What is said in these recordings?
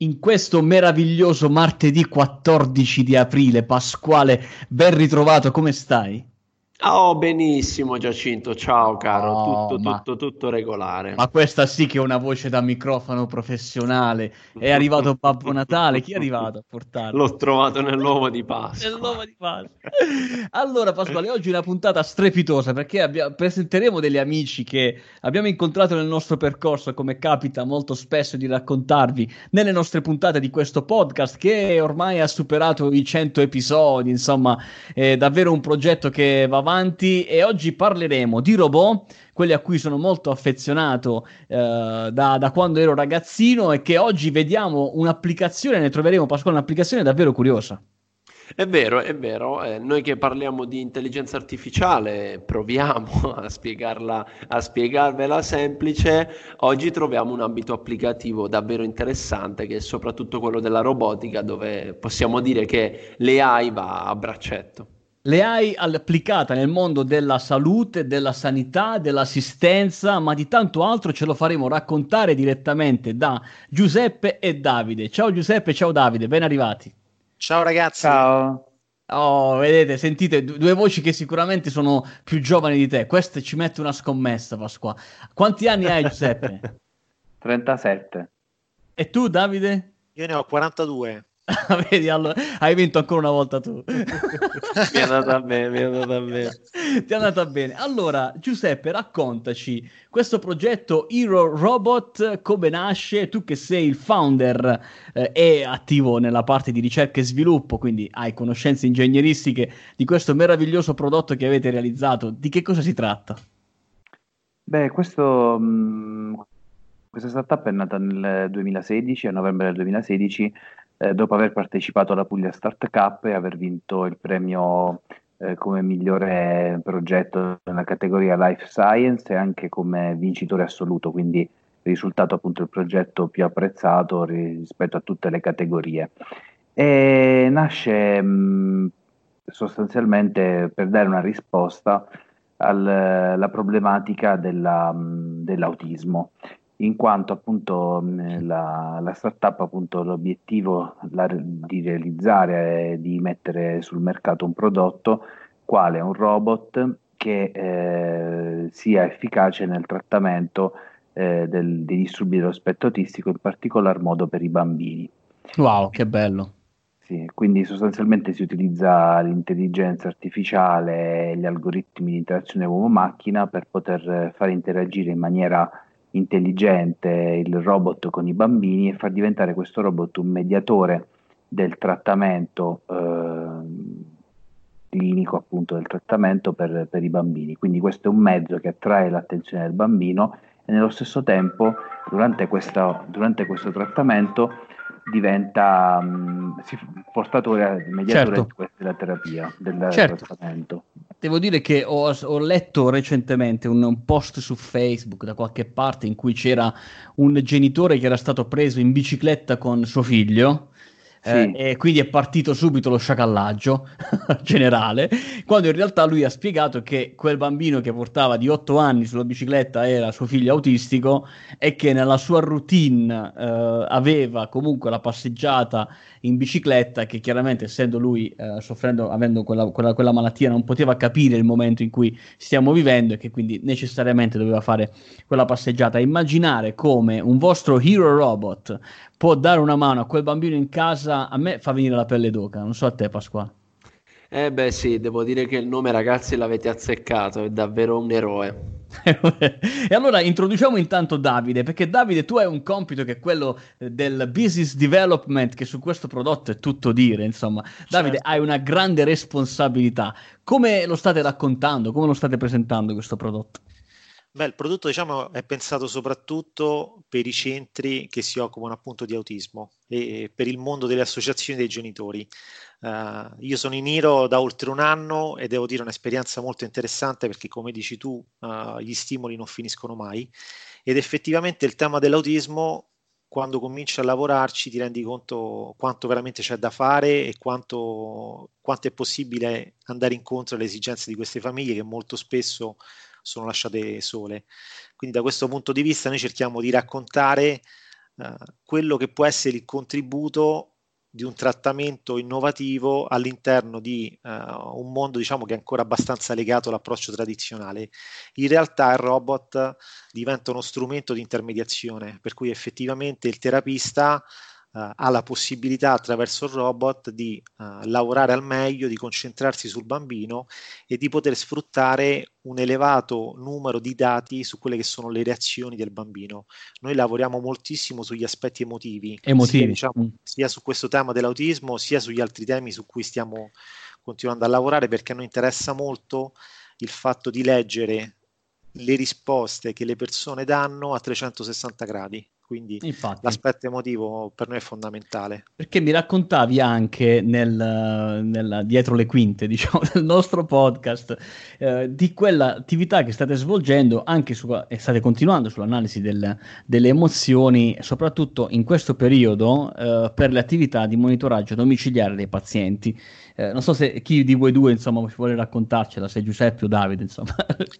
In questo meraviglioso martedì 14 di aprile, Pasquale, ben ritrovato, come stai? Oh, benissimo Giacinto, ciao caro, Oh, tutto, tutto, tutto ma regolare. questa sì che è una voce da microfono professionale. È arrivato Babbo Natale, chi è arrivato a portarti? L'ho trovato nell'uovo di Nell'uovo Pasqua. di Pasqua. Allora, Pasquale, oggi è una puntata strepitosa perché presenteremo degli amici che abbiamo incontrato nel nostro percorso, come capita molto spesso di raccontarvi nelle nostre puntate di questo podcast che ormai ha superato i 100 episodi, insomma, è davvero un progetto che va avanti e oggi parleremo di robot, quelli a cui sono molto affezionato da quando ero ragazzino e che oggi vediamo un'applicazione, ne troveremo, Pasquale, un'applicazione davvero curiosa. È vero, noi che parliamo di intelligenza artificiale proviamo a spiegarvela semplice. Oggi troviamo un ambito applicativo davvero interessante che è soprattutto quello della robotica, dove possiamo dire che l'AI va a braccetto. L'AI applicata nel mondo della salute, della sanità, dell'assistenza, ma di tanto altro ce lo faremo raccontare direttamente da Giuseppe e Davide. Ciao Giuseppe, ciao Davide, ben arrivati. Ciao ragazzi. Ciao, Oh, vedete, sentite, due voci che sicuramente sono più giovani di te. Questa ci mette una scommessa, Pasqua. Quanti anni hai, Giuseppe? 37. E tu, Davide? Io ne ho 42. Vedi, allora, hai vinto ancora una volta tu. Mi è andata bene, mi è andata bene. Ti è andata bene. Allora, Giuseppe, raccontaci questo progetto Hero Robot, come nasce? Tu che sei il founder e attivo nella parte di ricerca e sviluppo, quindi hai conoscenze ingegneristiche di questo meraviglioso prodotto che avete realizzato. Di che cosa si tratta? Beh, questa startup è nata nel 2016, a novembre del 2016, dopo aver partecipato alla Puglia Start Cup e aver vinto il premio come migliore progetto nella categoria Life Science e anche come vincitore assoluto, quindi risultato appunto il progetto più apprezzato rispetto a tutte le categorie. E nasce sostanzialmente per dare una risposta alla problematica dell'autismo, in quanto appunto la startup ha appunto l'obiettivo di realizzare e di mettere sul mercato un prodotto quale un robot che sia efficace nel trattamento dei disturbi dello spettro autistico, in particolar modo per i bambini. Wow, che bello. Sì, quindi sostanzialmente si utilizza l'intelligenza artificiale e gli algoritmi di interazione uomo-macchina per poter far interagire in maniera intelligente il robot con i bambini e far diventare questo robot un mediatore del trattamento clinico, appunto del trattamento per i bambini. Quindi questo è un mezzo che attrae l'attenzione del bambino e nello stesso tempo, durante questo trattamento, diventa portatore, mediatore Certo. della terapia, del Certo, trattamento. devo dire che ho letto recentemente un post su Facebook da qualche parte in cui c'era un genitore che era stato preso in bicicletta con suo figlio. Sì, E quindi è partito subito lo sciacallaggio generale, quando in realtà lui ha spiegato che quel bambino che portava di 8 anni sulla bicicletta era suo figlio autistico e che nella sua routine aveva comunque la passeggiata in bicicletta, che chiaramente essendo lui soffrendo, avendo quella malattia, non poteva capire il momento in cui stiamo vivendo e che quindi necessariamente doveva fare quella passeggiata. Immaginare come un vostro hero robot può dare una mano a quel bambino in casa, a me fa venire la pelle d'oca, non so a te Pasquale. Eh beh sì, devo dire che il nome ragazzi l'avete azzeccato, è davvero un eroe. E allora introduciamo intanto Davide, perché Davide tu hai un compito che è quello del business development, che su questo prodotto è tutto dire, insomma. Davide, hai Certo. una grande responsabilità. Come lo state raccontando? Come lo state presentando questo prodotto? Beh, il prodotto, diciamo, è pensato soprattutto per i centri che si occupano appunto di autismo e per il mondo delle associazioni dei genitori. Io sono in Iro da oltre un anno e devo dire un'esperienza molto interessante perché, come dici tu, gli stimoli non finiscono mai ed effettivamente il tema dell'autismo, quando cominci a lavorarci, ti rendi conto quanto veramente c'è da fare e quanto è possibile andare incontro alle esigenze di queste famiglie che molto spesso sono lasciate sole. Quindi da questo punto di vista noi cerchiamo di raccontare, quello che può essere il contributo di un trattamento innovativo all'interno di un mondo, diciamo, che è ancora abbastanza legato all'approccio tradizionale. In realtà il robot diventa uno strumento di intermediazione, per cui effettivamente il terapista ha la possibilità attraverso il robot di lavorare al meglio, di concentrarsi sul bambino e di poter sfruttare un elevato numero di dati su quelle che sono le reazioni del bambino. Noi lavoriamo moltissimo sugli aspetti emotivi. Sia, diciamo, sia su questo tema dell'autismo, sia sugli altri temi su cui stiamo continuando a lavorare, perché a noi interessa molto il fatto di leggere le risposte che le persone danno a 360 gradi. Quindi l'aspetto emotivo per noi è fondamentale. Perché mi raccontavi anche dietro le quinte, diciamo, del nostro podcast, di quell'attività che state svolgendo anche e state continuando sull'analisi delle emozioni, soprattutto in questo periodo, per le attività di monitoraggio domiciliare dei pazienti. Non so se chi di voi due, insomma, vuole raccontarcela, se Giuseppe o Davide, insomma.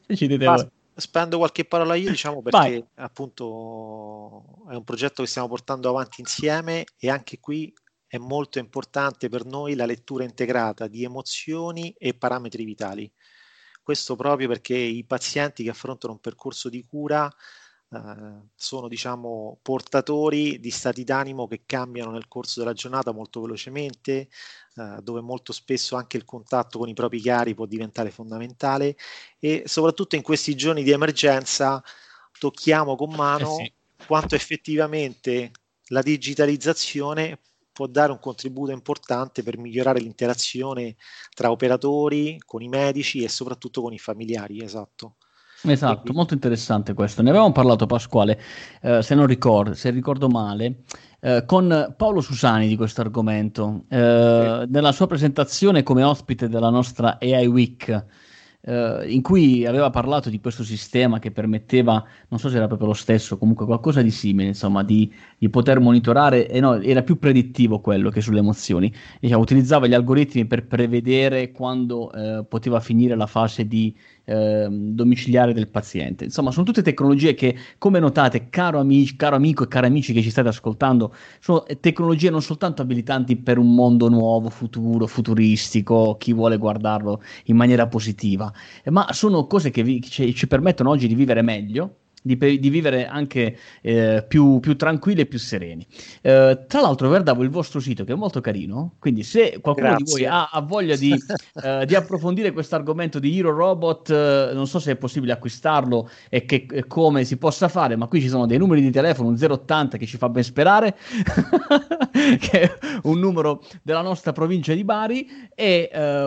Spendo qualche parola io, diciamo, perché appunto è un progetto che stiamo portando avanti insieme e anche qui è molto importante per noi la lettura integrata di emozioni e parametri vitali. Questo proprio perché i pazienti che affrontano un percorso di cura sono, diciamo, portatori di stati d'animo che cambiano nel corso della giornata molto velocemente, dove molto spesso anche il contatto con i propri cari può diventare fondamentale, e soprattutto in questi giorni di emergenza tocchiamo con mano quanto effettivamente la digitalizzazione può dare un contributo importante per migliorare l'interazione tra operatori, con i medici e soprattutto con i familiari. Esatto, molto interessante questo. Ne avevamo parlato, Pasquale, se ricordo male, con Paolo Susani di questo argomento, nella sua presentazione come ospite della nostra AI Week, in cui aveva parlato di questo sistema che permetteva, non so se era proprio lo stesso, comunque qualcosa di simile, insomma, di poter monitorare, e no, era più predittivo quello che sulle emozioni. Diciamo, utilizzava gli algoritmi per prevedere quando poteva finire la fase di domiciliare del paziente. Insomma, sono tutte tecnologie che, come notate, caro amico e cari amici che ci state ascoltando, sono tecnologie non soltanto abilitanti per un mondo nuovo, futuristico, chi vuole guardarlo in maniera positiva, ma sono cose che ci permettono oggi di vivere meglio, di vivere anche più tranquilli e più sereni. Tra l'altro guardavo il vostro sito, che è molto carino, quindi se qualcuno di voi ha voglia di approfondire questo argomento di Hero Robot, non so se è possibile acquistarlo e come si possa fare, ma qui ci sono dei numeri di telefono, un 080 che ci fa ben sperare che è un numero della nostra provincia di Bari, e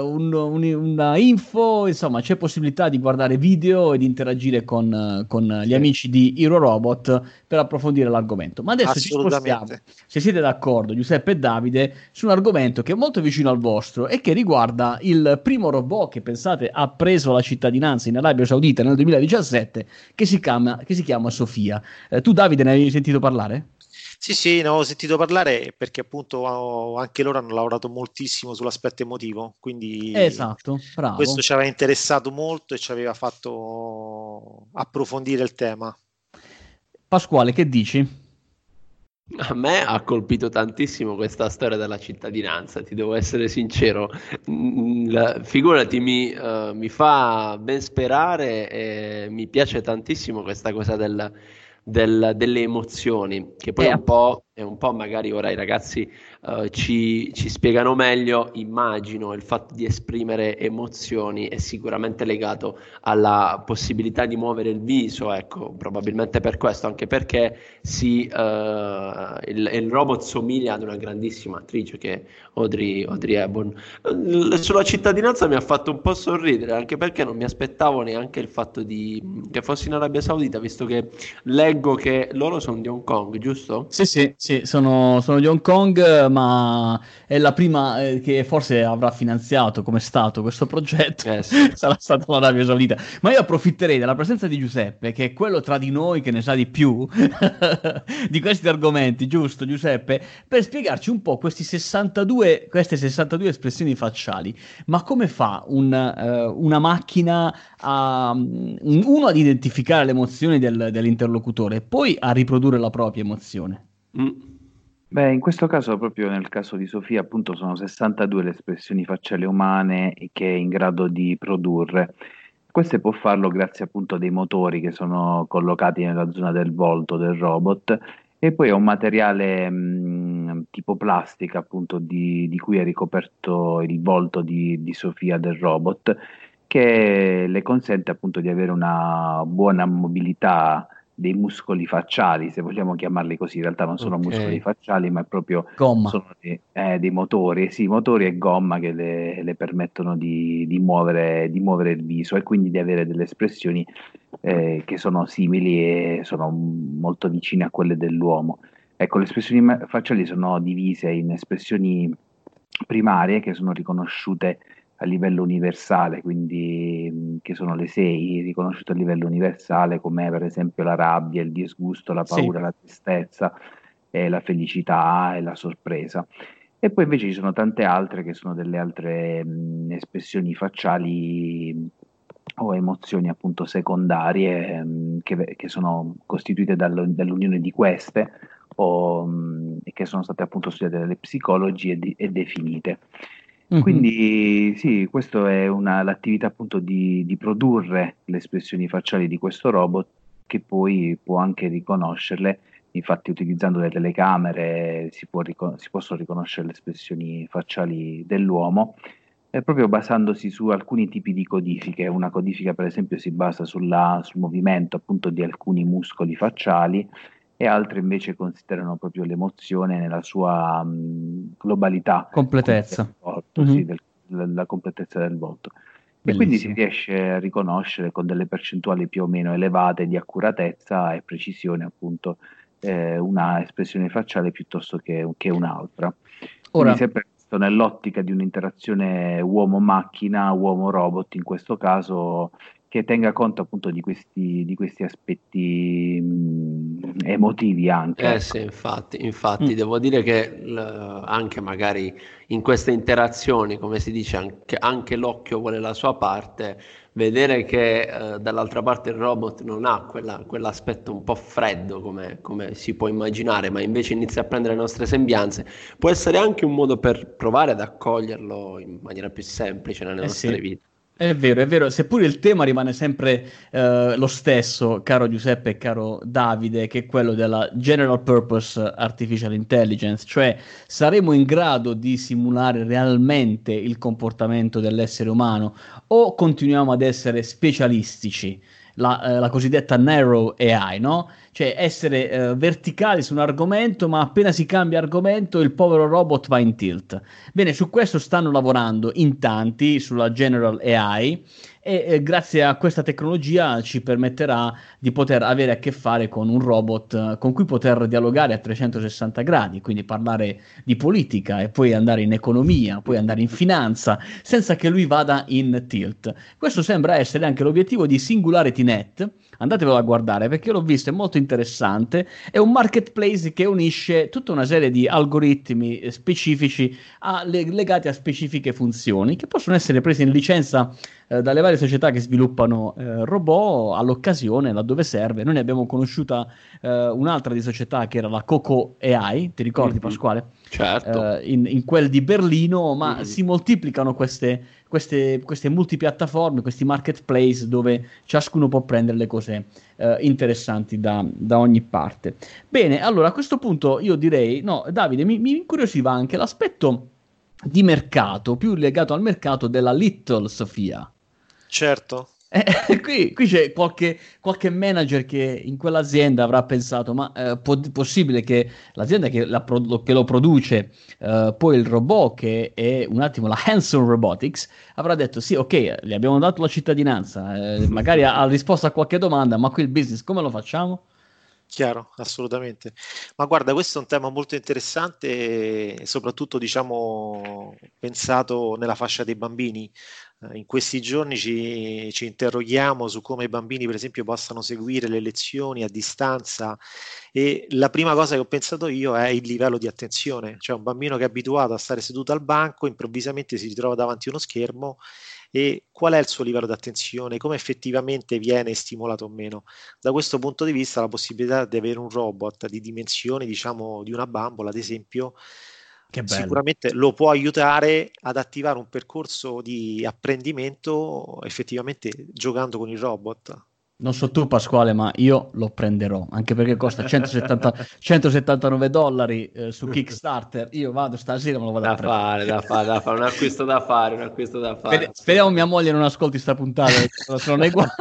una info, insomma, c'è possibilità di guardare video e di interagire con gli amici di Hero Robot per approfondire l'argomento. Ma adesso ci spostiamo, se siete d'accordo, Giuseppe e Davide, su un argomento che è molto vicino al vostro e che riguarda il primo robot che, pensate, ha preso la cittadinanza in Arabia Saudita nel 2017, che si chiama Sofia. Tu, Davide, ne avevi sentito parlare? Sì, ne ho sentito parlare perché appunto anche loro hanno lavorato moltissimo sull'aspetto emotivo, quindi esatto, bravo. Questo ci aveva interessato molto e ci aveva fatto approfondire il tema. Pasquale, che dici? A me ha colpito tantissimo questa storia della cittadinanza, ti devo essere sincero. Figurati, mi fa ben sperare e mi piace tantissimo questa cosa delle emozioni, che poi è un po' magari ora i ragazzi ci spiegano meglio. Immagino il fatto di esprimere emozioni è sicuramente legato alla possibilità di muovere il viso, ecco, probabilmente per questo, anche perché il robot somiglia ad una grandissima attrice che è Audrey Hepburn. Sulla cittadinanza mi ha fatto un po' sorridere, anche perché non mi aspettavo neanche il fatto che fossi in Arabia Saudita, visto che leggo che loro sono di Hong Kong, giusto? Sì, sono di Hong Kong, ma è la prima che forse avrà finanziato come Stato questo progetto, sì. Sarà stata l'Arabia Saudita. Ma io approfitterei della presenza di Giuseppe, che è quello tra di noi che ne sa di più di questi argomenti, giusto Giuseppe? Per spiegarci un po' queste 62 espressioni facciali. Ma come fa una macchina uno ad identificare le emozioni dell'interlocutore e poi a riprodurre la propria emozione? Mm. Beh, in questo caso, proprio nel caso di Sofia, appunto, sono 62 le espressioni facciali umane che è in grado di produrre. Questo può farlo grazie appunto a dei motori che sono collocati nella zona del volto del robot e poi a un materiale tipo plastica, appunto, di cui è ricoperto il volto di Sofia del robot, che le consente appunto di avere una buona mobilità dei muscoli facciali, se vogliamo chiamarli così. In realtà non sono muscoli Ok. facciali, ma proprio Gomma. sono dei motori, sì, motori e gomma che le permettono di muovere il viso e quindi di avere delle espressioni che sono simili e sono molto vicine a quelle dell'uomo. Ecco, le espressioni facciali sono divise in espressioni primarie che sono riconosciute a livello universale, quindi che sono le sei riconosciute a livello universale, come per esempio la rabbia, il disgusto, la Sì, paura, la tristezza, la felicità e la sorpresa. E poi invece ci sono tante altre che sono delle altre espressioni facciali o emozioni appunto secondarie che sono costituite dall'unione di queste e che sono state appunto studiate dalle psicologi e definite. mhm, Quindi sì, questa è l'attività appunto di produrre le espressioni facciali di questo robot che poi può anche riconoscerle. Infatti, utilizzando le telecamere si possono riconoscere le espressioni facciali dell'uomo, proprio basandosi su alcuni tipi di codifiche. Una codifica, per esempio, si basa sul movimento appunto di alcuni muscoli facciali e altre invece considerano proprio l'emozione nella sua globalità, quindi del completezza. volto, sì, Mhm, la completezza del volto. E quindi si bellissimo. riesce a riconoscere con delle percentuali più o meno elevate di accuratezza e precisione, appunto, una espressione facciale piuttosto che un'altra. Quindi Ora, sempre questo nell'ottica di un'interazione uomo-macchina, uomo-robot in questo caso, che tenga conto appunto di questi aspetti emotivi anche, Eh ecco. sì, infatti mm, devo dire che anche magari in queste interazioni, come si dice, anche l'occhio vuole la sua parte, vedere che dall'altra parte il robot non ha quell'aspetto un po' freddo come si può immaginare, ma invece inizia a prendere le nostre sembianze, può essere anche un modo per provare ad accoglierlo in maniera più semplice nelle eh nostre sì. vite. È vero, seppure il tema rimane sempre lo stesso, caro Giuseppe e caro Davide, che è quello della General Purpose Artificial Intelligence, cioè saremo in grado di simulare realmente il comportamento dell'essere umano o continuiamo ad essere specialistici, la cosiddetta narrow AI, no? Cioè essere verticali su un argomento, ma appena si cambia argomento il povero robot va in tilt. Bene, su questo stanno lavorando in tanti, sulla General AI, e grazie a questa tecnologia ci permetterà di poter avere a che fare con un robot con cui poter dialogare a 360 gradi, quindi parlare di politica e poi andare in economia, poi andare in finanza, senza che lui vada in tilt. Questo sembra essere anche l'obiettivo di SingularityNet. Andatevelo a guardare perché l'ho visto, è molto interessante. È un marketplace che unisce tutta una serie di algoritmi specifici legati a specifiche funzioni che possono essere prese in licenza dalle varie società che sviluppano robot all'occasione, laddove serve. Noi ne abbiamo conosciuta un'altra di società che era la Coco AI, ti ricordi Mhm. Pasquale? Certo. In quel di Berlino, ma Mhm. si moltiplicano queste multipiattaforme, questi marketplace dove ciascuno può prendere le cose interessanti da ogni parte. Bene, allora a questo punto io direi, no, Davide, mi incuriosiva anche l'aspetto di mercato, più legato al mercato della Little Sofia. Certo. Qui c'è qualche manager che in quell'azienda avrà pensato, ma possibile che l'azienda che lo produce, poi il robot che è un attimo la Hanson Robotics, avrà detto sì, ok, gli abbiamo dato la cittadinanza, magari ha risposto a qualche domanda, ma qui il business come lo facciamo? Chiaro, assolutamente. Ma guarda, questo è un tema molto interessante e soprattutto, diciamo, pensato nella fascia dei bambini. In questi giorni ci interroghiamo su come i bambini, per esempio, possano seguire le lezioni a distanza e la prima cosa che ho pensato io è il livello di attenzione, cioè un bambino che è abituato a stare seduto al banco, improvvisamente si ritrova davanti a uno schermo e qual è il suo livello di attenzione, come effettivamente viene stimolato o meno. Da questo punto di vista la possibilità di avere un robot di dimensioni, diciamo, di una bambola, ad esempio, sicuramente lo può aiutare ad attivare un percorso di apprendimento effettivamente giocando con il robot. Non so tu Pasquale, ma io lo prenderò, anche perché costa 179 dollari su Kickstarter. Io vado stasera, me lo vado a prendere. Da fare, un acquisto da fare. Speriamo mia moglie non ascolti sta puntata, sono nei guai.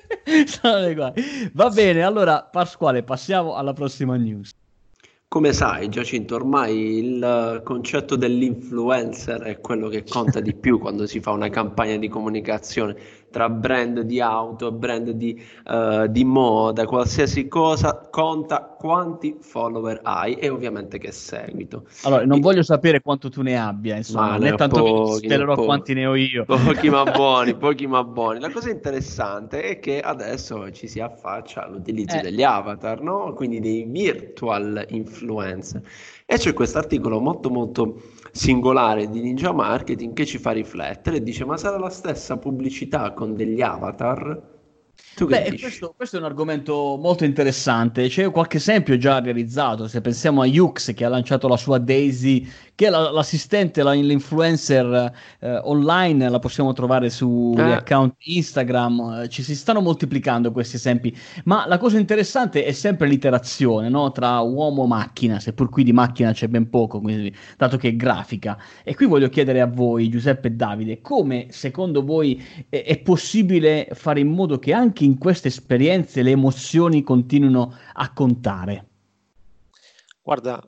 Va bene, allora Pasquale, passiamo alla prossima news. Come sai, Giacinto, ormai il concetto dell'influencer è quello che conta di più quando si fa una campagna di comunicazione tra brand di auto, brand di moda, qualsiasi cosa, conta quanti follower hai e ovviamente che seguito. Allora, non voglio sapere quanto tu ne abbia, insomma, né tanto svelerò quanti ne ho io. Pochi ma buoni. La cosa interessante è che adesso ci si affaccia all'utilizzo degli avatar, no? Quindi dei virtual influencer. E c'è questo articolo molto molto singolare di Ninja Marketing che ci fa riflettere e dice: ma sarà la stessa pubblicità con degli avatar? Tu che dici? Questo è un argomento molto interessante. C'è qualche esempio già realizzato. Se pensiamo a Yux che ha lanciato la sua Daisy, che è l'assistente, l'influencer online, la possiamo trovare sugli account Instagram. Ci si stanno moltiplicando questi esempi. Ma la cosa interessante è sempre l'iterazione, no? Tra uomo-macchina, seppur qui di macchina c'è ben poco, quindi, dato che è grafica. E qui voglio chiedere a voi, Giuseppe e Davide, come secondo voi è possibile fare in modo che anche in queste esperienze le emozioni continuino a contare? Guarda,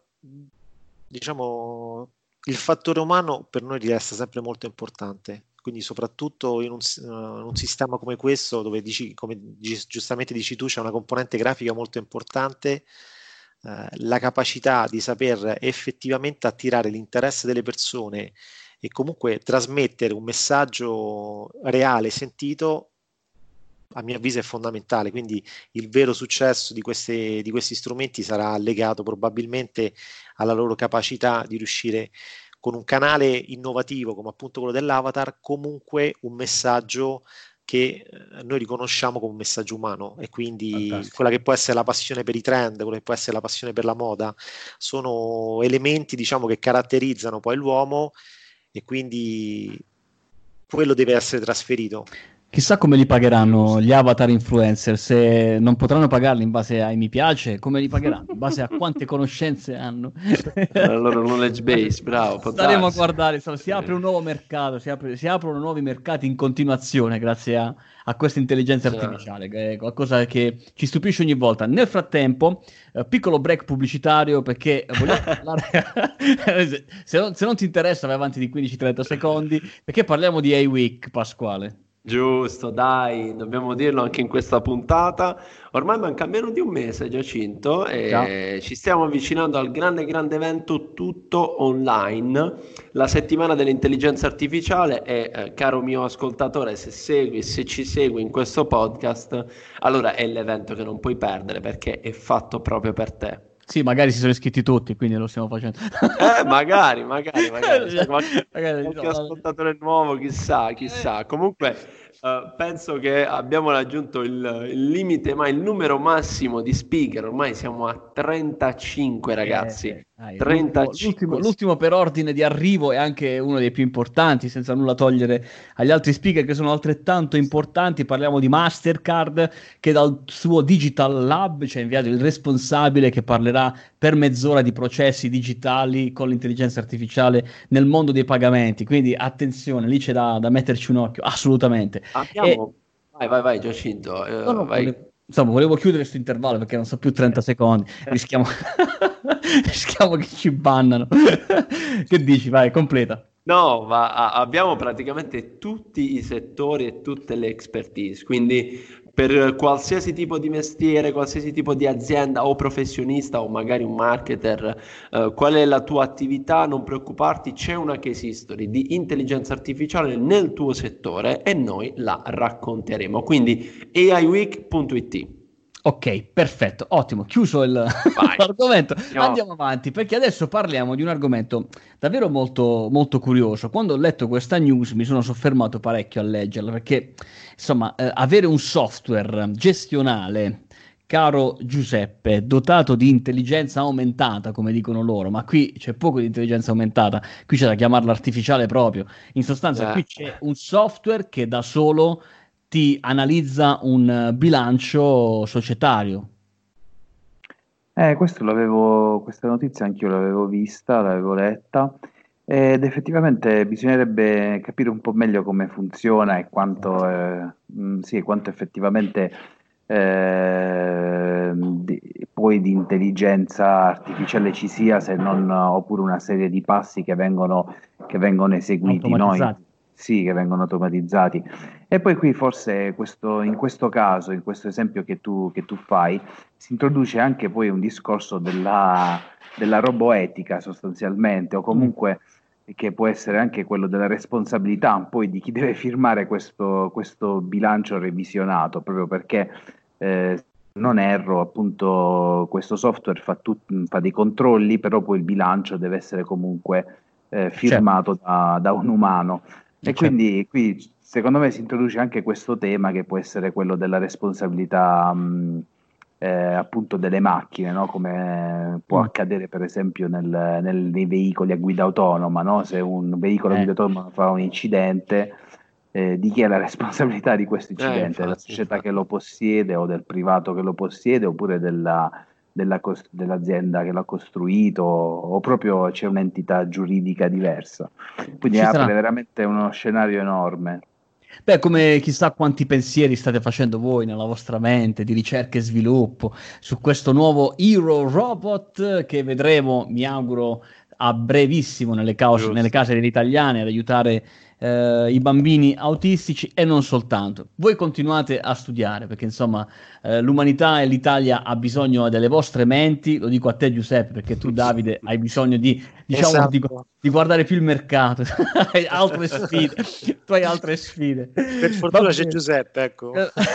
diciamo, il fattore umano per noi resta sempre molto importante, quindi soprattutto in un sistema come questo, dove giustamente dici tu, c'è una componente grafica molto importante, la capacità di saper effettivamente attirare l'interesse delle persone e comunque trasmettere un messaggio reale, sentito, a mio avviso è fondamentale. Quindi il vero successo di questi strumenti sarà legato probabilmente alla loro capacità di riuscire con un canale innovativo come appunto quello dell'avatar, comunque un messaggio che noi riconosciamo come un messaggio umano, e quindi Fantastico. quella che può essere la passione per i trend, quella che può essere la passione per la moda, sono elementi, diciamo, che caratterizzano poi l'uomo, e quindi quello deve essere trasferito. Chissà come li pagheranno gli avatar influencer, se non potranno pagarli in base ai mi piace, come li pagheranno? In base a quante conoscenze hanno? La loro knowledge base, bravo. Staremo a guardare, si apre un nuovo mercato, si aprono nuovi mercati in continuazione grazie a questa intelligenza artificiale, che è qualcosa che ci stupisce ogni volta. Nel frattempo, piccolo break pubblicitario, perché vogliamo parlare, se non ti interessa vai avanti di 15-30 secondi, perché parliamo di A-Week, Pasquale. Giusto, dai, dobbiamo dirlo anche in questa puntata. Ormai manca meno di un mese, Giacinto, e ci stiamo avvicinando al grande evento tutto online, la settimana dell'intelligenza artificiale. E caro mio ascoltatore, se ci segui in questo podcast, allora è l'evento che non puoi perdere, perché è fatto proprio per te. Sì, magari si sono iscritti tutti, quindi lo stiamo facendo. Magari. Qualche ascoltatore nuovo, chissà. Comunque, penso che abbiamo raggiunto il limite, ma il numero massimo di speaker. Ormai siamo a 35, ragazzi. 35. L'ultimo per ordine di arrivo è anche uno dei più importanti, senza nulla togliere agli altri speaker che sono altrettanto importanti. Parliamo di Mastercard, che dal suo Digital Lab ci ha inviato il responsabile che parlerà per mezz'ora di processi digitali con l'intelligenza artificiale nel mondo dei pagamenti. Quindi attenzione, lì c'è da metterci un occhio, assolutamente. Vai Giacinto. Vai. Insomma, volevo chiudere questo intervallo perché non so più 30 secondi, rischiamo che ci bannano. Che dici? Vai, completa. No, abbiamo praticamente tutti i settori e tutte le expertise, quindi per qualsiasi tipo di mestiere, qualsiasi tipo di azienda o professionista o magari un marketer, qual è la tua attività, non preoccuparti, c'è una case history di intelligenza artificiale nel tuo settore e noi la racconteremo. Quindi aiweek.it. Ok, perfetto, ottimo, chiuso l'argomento. No. Andiamo avanti, perché adesso parliamo di un argomento davvero molto, molto curioso. Quando ho letto questa news mi sono soffermato parecchio a leggerla, perché insomma, avere un software gestionale, caro Giuseppe, dotato di intelligenza aumentata, come dicono loro, ma qui c'è poco di intelligenza aumentata, qui c'è da chiamarla artificiale proprio. In sostanza, qui c'è un software che da solo ti analizza un bilancio societario. Questa notizia anch'io l'avevo vista, l'avevo letta, ed effettivamente bisognerebbe capire un po' meglio come funziona e quanto, sì, quanto effettivamente poi di intelligenza artificiale ci sia, se non oppure una serie di passi che vengono eseguiti, no? Automatizzati. Sì, che vengono automatizzati. E poi qui forse in questo caso, in questo esempio che tu fai, si introduce anche poi un discorso della roboetica sostanzialmente, o comunque che può essere anche quello della responsabilità poi di chi deve firmare questo bilancio revisionato, proprio perché se non erro, appunto, questo software fa dei controlli, però poi il bilancio deve essere comunque firmato da un umano. E Certo. quindi qui secondo me si introduce anche questo tema che può essere quello della responsabilità appunto delle macchine, no? Come può accadere per esempio nei veicoli a guida autonoma, no? Se un veicolo a guida autonoma fa un incidente, di chi è la responsabilità di questo incidente? Della società che lo possiede o del privato che lo possiede oppure dell'azienda che l'ha costruito o proprio c'è un'entità giuridica diversa? Quindi Ci apre sarà. veramente uno scenario enorme. Beh, come chissà quanti pensieri state facendo voi nella vostra mente di ricerca e sviluppo su questo nuovo Hero Robot che vedremo, mi auguro, a brevissimo nelle case degli italiani ad aiutare i bambini autistici e non soltanto. Voi continuate a studiare perché insomma l'umanità e l'Italia ha bisogno delle vostre menti, lo dico a te Giuseppe perché tu Davide hai bisogno di, diciamo, Esatto. di guardare più il mercato, hai altre sfide, tu hai altre sfide. Per fortuna c'è Giuseppe, ecco.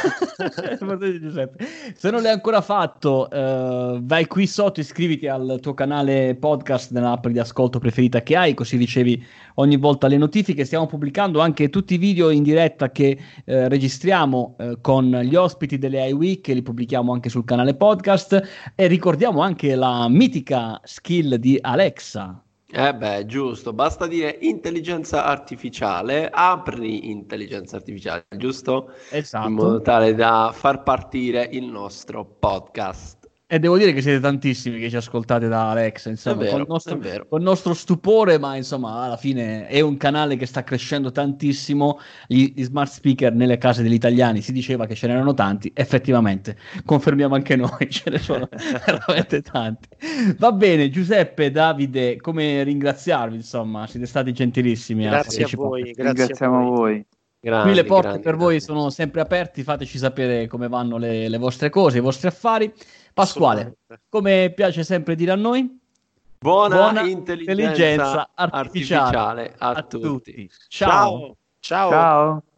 Giuseppe. Se non l'hai ancora fatto, vai qui sotto, iscriviti al tuo canale podcast nell'app di ascolto preferita che hai, così ricevi ogni volta le notifiche. Stiamo pubblicando anche tutti i video in diretta che registriamo con gli ospiti delle iWeek, li pubblichiamo anche sul canale podcast e ricordiamo anche la mitica skill di Alexa. Giusto, basta dire intelligenza artificiale, apri intelligenza artificiale, giusto? Esatto. In modo tale da far partire il nostro podcast. E devo dire che siete tantissimi che ci ascoltate da Alexa, insomma, È vero, col nostro stupore, ma insomma, alla fine è un canale che sta crescendo tantissimo. Gli smart speaker nelle case degli italiani si diceva che ce n'erano tanti, effettivamente, confermiamo anche noi, ce ne sono veramente tanti. Va bene, Giuseppe, Davide, come ringraziarvi, insomma, siete stati gentilissimi Grazie a partecipare. voi, Ringraziamo voi. Qui le porte per voi sono sempre aperte, fateci sapere come vanno le vostre cose, i vostri affari. Pasquale, come piace sempre dire a noi, buona intelligenza artificiale a tutti. Ciao. Ciao. Ciao.